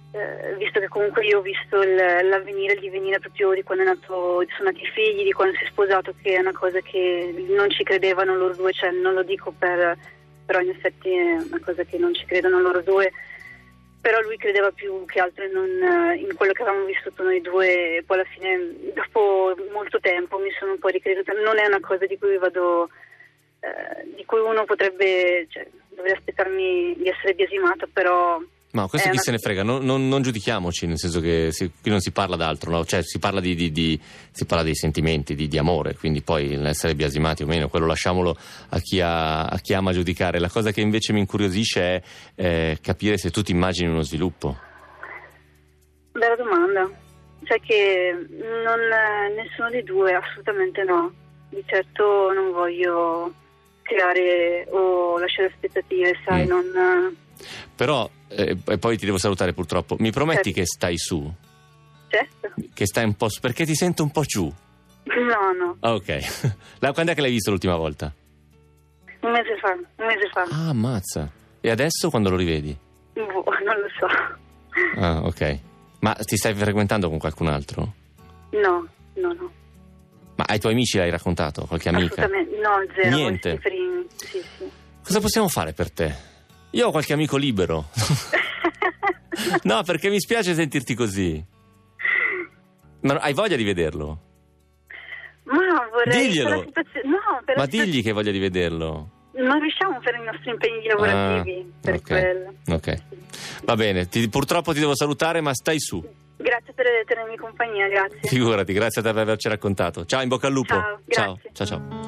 visto che comunque io ho visto l'avvenire, il divenire proprio di quando sono nati i figli, di quando si è sposato, che è una cosa che non ci credevano loro due, cioè non lo dico però in effetti è una cosa che non ci credono loro due, però lui credeva più che altro in quello che avevamo vissuto noi due, e poi alla fine dopo molto tempo mi sono un po' ricreduta. Non è una cosa di cui di cui uno potrebbe, cioè, dovrei aspettarmi di essere biasimato, però ma questo chi se ne frega, non giudichiamoci, nel senso che qui non si parla d'altro, no? Cioè si parla si parla dei sentimenti, di amore, quindi poi l'essere biasimati o meno, quello lasciamolo a chi ama giudicare. La cosa che invece mi incuriosisce è capire se tu ti immagini uno sviluppo. Bella domanda, cioè che nessuno dei due, assolutamente no, di certo non voglio creare o lasciare aspettative, sai, non... Però, e poi ti devo salutare purtroppo, mi prometti che stai su? Certo. Che stai un po' su, perché ti sento un po' giù. No. Ok. Quando è che l'hai visto l'ultima volta? Un mese fa. Ah, ammazza. E adesso quando lo rivedi? Non lo so. Ah, ok. Ma ti stai frequentando con qualcun altro? No. Ma ai tuoi amici l'hai raccontato? Qualche amica? Assolutamente, no, zero. Niente? Sì. Cosa possiamo fare per te? Io ho qualche amico libero. No, perché mi spiace sentirti così. Ma hai voglia di vederlo? Ma vorrei... Diglielo. Ma digli che hai voglia di vederlo. Non riusciamo per i nostri impegni lavorativi, per quello. Ok, va bene, purtroppo ti devo salutare, ma stai su. Grazie per tenermi compagnia, grazie. Figurati, grazie per averci raccontato. Ciao, in bocca al lupo. Ciao, grazie. Ciao.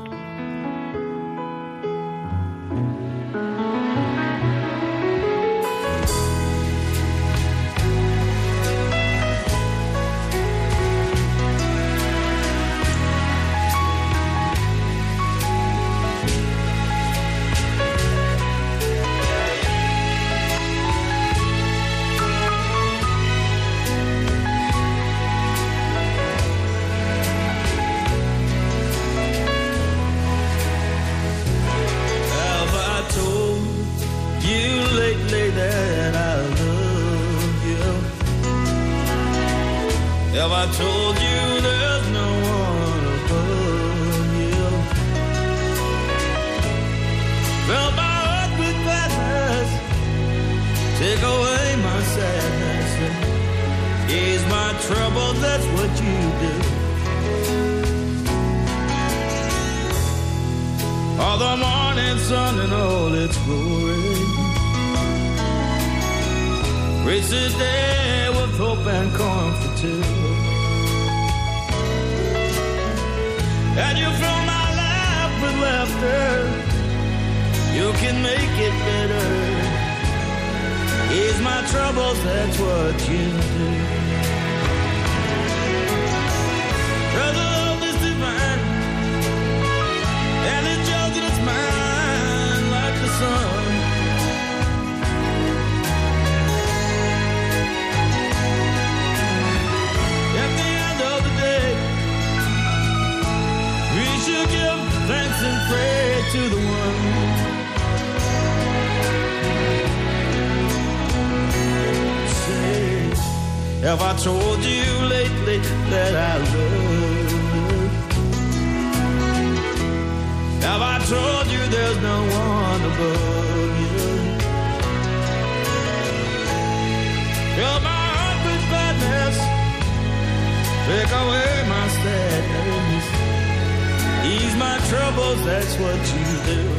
Have I told you there's no one above you? Fill my heart with gladness, take away my sadness, and ease my trouble, that's what you do. All the morning sun and all its glory, reach the day with hope and comfort too. And you fill my life with laughter, you can make it better. Ease my troubles, that's what you do. Your love is divine, and it judges and it's mine like the sun. At the end of the day, we should give thanks and pray to the one. Have I told you lately that I love you? Have I told you there's no one above you? Fill my heart with gladness, take away my sadness, ease my troubles, that's what you do.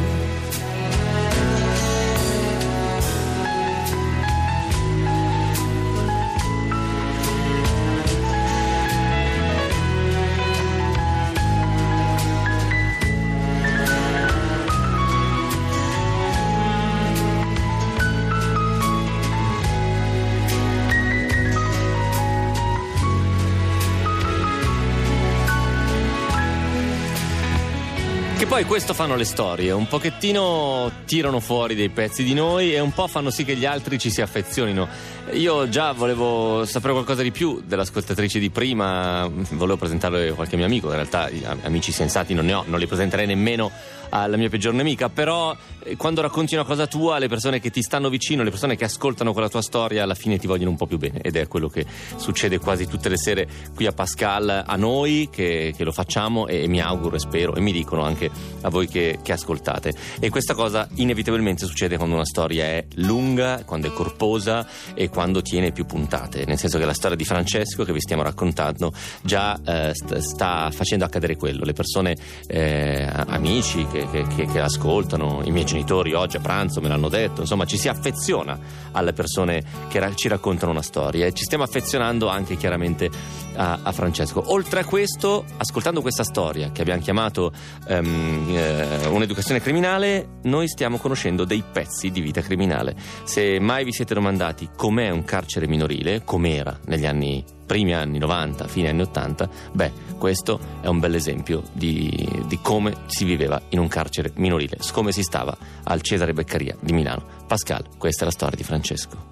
poi questo fanno le storie, un pochettino tirano fuori dei pezzi di noi e un po' fanno sì che gli altri ci si affezionino. Io già volevo sapere qualcosa di più dell'ascoltatrice di prima, volevo presentarle a qualche mio amico, in realtà amici sensati non ne ho, non li presenterei nemmeno alla mia peggior nemica, però quando racconti una cosa tua, le persone che ti stanno vicino, le persone che ascoltano quella tua storia, alla fine ti vogliono un po' più bene, ed è quello che succede quasi tutte le sere qui a Pascal, a noi che lo facciamo, e mi auguro e spero, e mi dicono anche a voi che ascoltate. E questa cosa inevitabilmente succede quando una storia è lunga, quando è corposa e quando tiene più puntate, nel senso che la storia di Francesco che vi stiamo raccontando già sta facendo accadere quello. Le persone, amici che ascoltano, i miei genitori oggi a pranzo me l'hanno detto, insomma ci si affeziona alle persone che ci raccontano una storia, e ci stiamo affezionando anche chiaramente a Francesco. Oltre a questo, ascoltando questa storia che abbiamo chiamato un'educazione criminale, noi stiamo conoscendo dei pezzi di vita criminale. Se mai vi siete domandati com'è un carcere minorile, com'era negli primi anni 90, fine anni 80, questo è un bel esempio di come si viveva in un carcere minorile, come si stava al Cesare Beccaria di Milano. Pascal, questa è la storia di Francesco.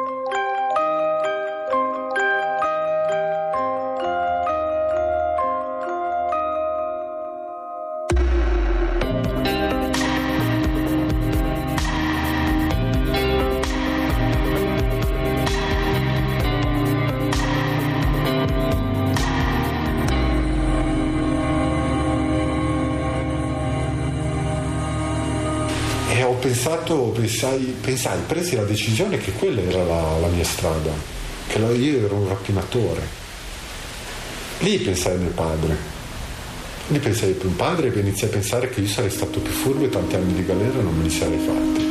Pensai, presi la decisione che quella era la mia strada, che io ero un rapinatore. Lì pensai a mio padre, e iniziai a pensare che io sarei stato più furbo e tanti anni di galera non me li sarei fatti.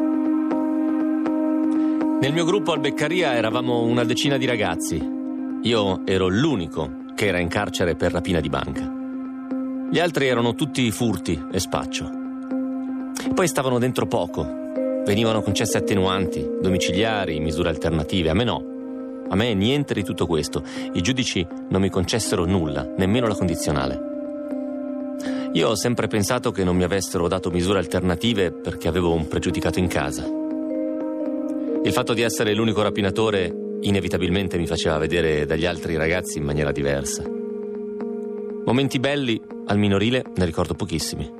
Nel mio gruppo al Beccaria eravamo una decina di ragazzi. Io ero l'unico che era in carcere per rapina di banca. Gli altri erano tutti furti e spaccio. Poi stavano dentro poco. Venivano concesse attenuanti, domiciliari, misure alternative. A me no. A me niente di tutto questo. I giudici non mi concessero nulla, nemmeno la condizionale. Io ho sempre pensato che non mi avessero dato misure alternative perché avevo un pregiudicato in casa. Il fatto di essere l'unico rapinatore inevitabilmente mi faceva vedere dagli altri ragazzi in maniera diversa. Momenti belli al minorile ne ricordo pochissimi.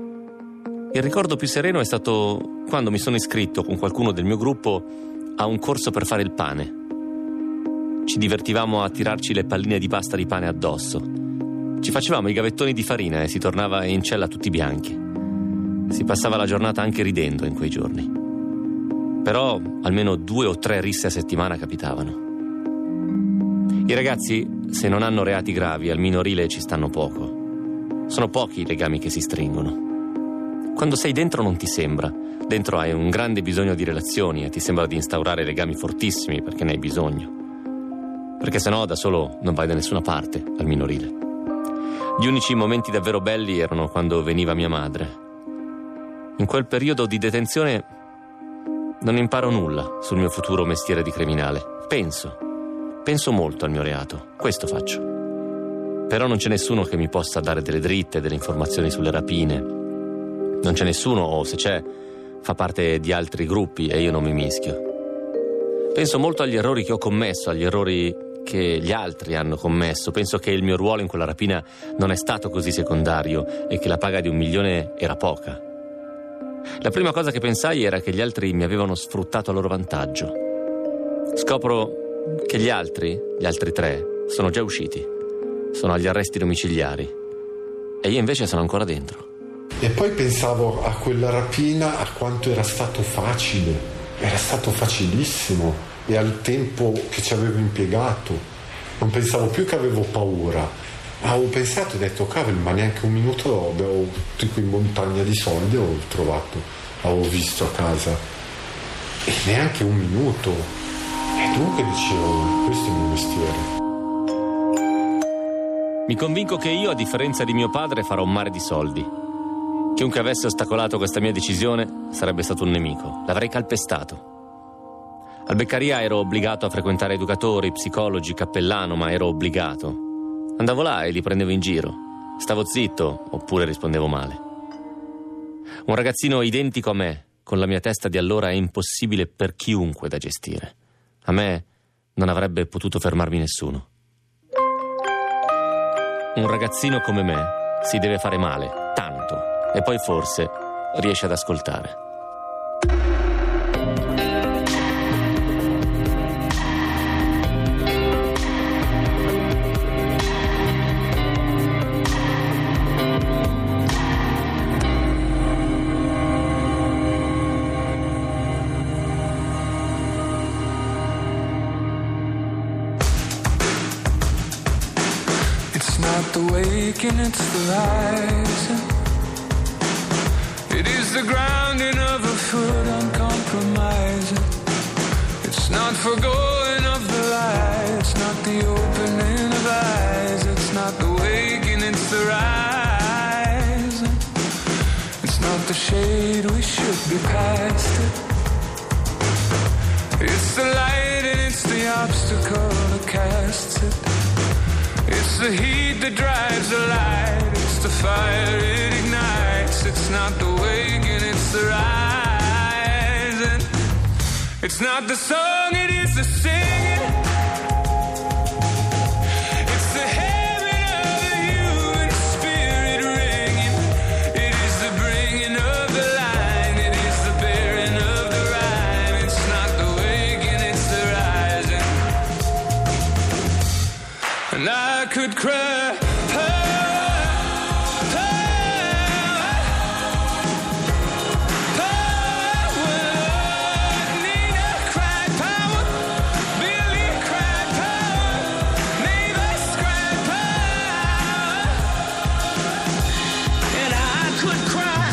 Il ricordo più sereno è stato quando mi sono iscritto con qualcuno del mio gruppo a un corso per fare il pane. Ci divertivamo a tirarci le palline di pasta di pane addosso. Ci facevamo i gavettoni di farina e si tornava in cella tutti bianchi. Si passava la giornata anche ridendo in quei giorni. Però almeno 2 o 3 risse a settimana capitavano. I ragazzi, se non hanno reati gravi, al minorile ci stanno poco. Sono pochi i legami che si stringono. Quando sei dentro non ti sembra. Dentro hai un grande bisogno di relazioni e ti sembra di instaurare legami fortissimi perché ne hai bisogno. Perché sennò da solo non vai da nessuna parte al minorile. Gli unici momenti davvero belli erano quando veniva mia madre. In quel periodo di detenzione non imparo nulla sul mio futuro mestiere di criminale. Penso molto al mio reato. Questo faccio. Però non c'è nessuno che mi possa dare delle dritte, delle informazioni sulle rapine. Non c'è nessuno, o se c'è, fa parte di altri gruppi e io non mi mischio. Penso molto agli errori che ho commesso, agli errori che gli altri hanno commesso. Penso che il mio ruolo in quella rapina non è stato così secondario e che la paga di $1 milione era poca. La prima cosa che pensai era che gli altri mi avevano sfruttato a loro vantaggio. Scopro che gli altri 3, sono già usciti. Sono agli arresti domiciliari. E io invece sono ancora dentro. E poi pensavo a quella rapina, a quanto era stato facile, era stato facilissimo, e al tempo che ci avevo impiegato. Non pensavo più che avevo paura. Avevo pensato, ho detto, cavolo, ma neanche un minuto avevo tipo in montagna di soldi ho trovato, avevo visto a casa. E neanche un minuto. E dunque dicevo, questo è il mio mestiere. Mi convinco che io, a differenza di mio padre, farò un mare di soldi. Chiunque avesse ostacolato questa mia decisione sarebbe stato un nemico. L'avrei calpestato. Al Beccaria ero obbligato a frequentare educatori, psicologi, cappellano, ma ero obbligato. Andavo là e li prendevo in giro. Stavo zitto, oppure rispondevo male. Un ragazzino identico a me, con la mia testa di allora, è impossibile per chiunque da gestire. A me non avrebbe potuto fermarmi nessuno. Un ragazzino come me si deve fare male, tanto, e poi forse riesce ad ascoltare. The waking, it's the rising. It is the grounding of a foot uncompromising. It's not forgoing of the light. It's not the opening of eyes. It's not the waking, it's the rising. It's not the shade, we should be past it. It's the light and it's the obstacle that casts it. It's the heat that drives the light. It's the fire it ignites. It's not the waking, it's the rising. It's not the song, it is the singing. It's the heaven of the human spirit ringing. It is the bringing of the line. It is the bearing of the rhyme. It's not the waking, it's the rising. And I could cry power, Nina cried power, Billy cried power, Mavis cried power, and I could cry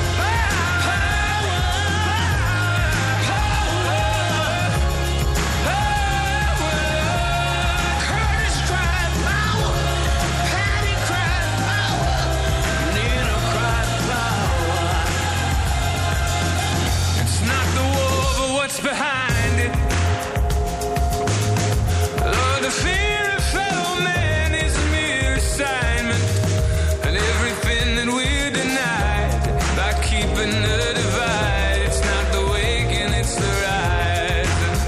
Curtis cried power, Patty cried power, Nina cried power. It's not the war, but what's behind it. Lord, the fear of fellow man is a mere assignment, and everything that we're denied by keeping the divide. It's not the waking, it's the rising.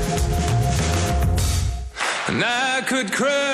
And I could cry.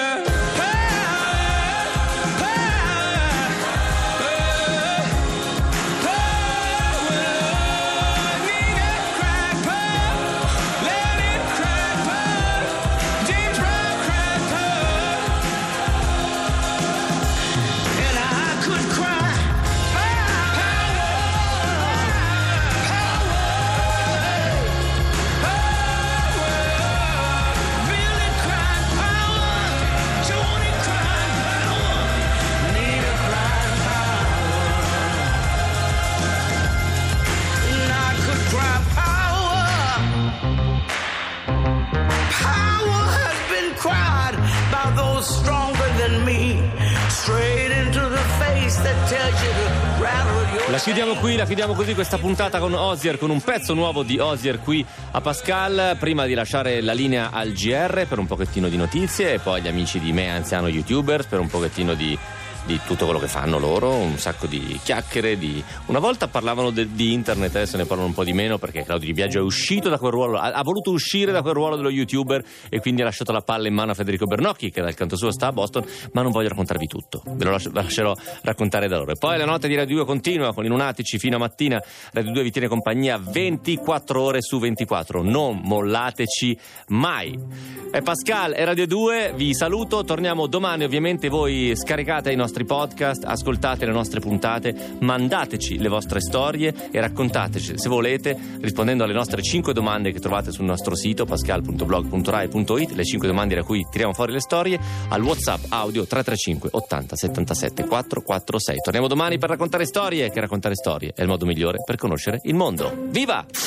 La chiudiamo così questa puntata con Hozier, con un pezzo nuovo di Hozier qui a Pascal, prima di lasciare la linea al GR per un pochettino di notizie e poi agli amici di Me Anziano YouTubers per un pochettino di tutto quello che fanno loro, un sacco di chiacchiere. Una volta parlavano di internet, adesso ne parlano un po' di meno perché Claudio Di Biagio è uscito da quel ruolo, ha voluto uscire da quel ruolo dello YouTuber e quindi ha lasciato la palla in mano a Federico Bernocchi, che dal canto suo sta a Boston, ma non voglio raccontarvi tutto, ve lo lascerò raccontare da loro. E poi la notte di Radio 2 continua con i lunatici fino a mattina. Radio 2 vi tiene compagnia 24 ore su 24, non mollateci mai. È Pascal e Radio 2, vi saluto, torniamo domani. Ovviamente voi scaricate i nostri podcast, ascoltate le nostre puntate, mandateci le vostre storie e raccontateci se volete, rispondendo alle nostre 5 domande che trovate sul nostro sito pascal.blog.rai.it, le 5 domande da cui tiriamo fuori le storie, al WhatsApp audio 335 80 77 446. Torniamo domani per raccontare storie, che raccontare storie è il modo migliore per conoscere il mondo. Viva!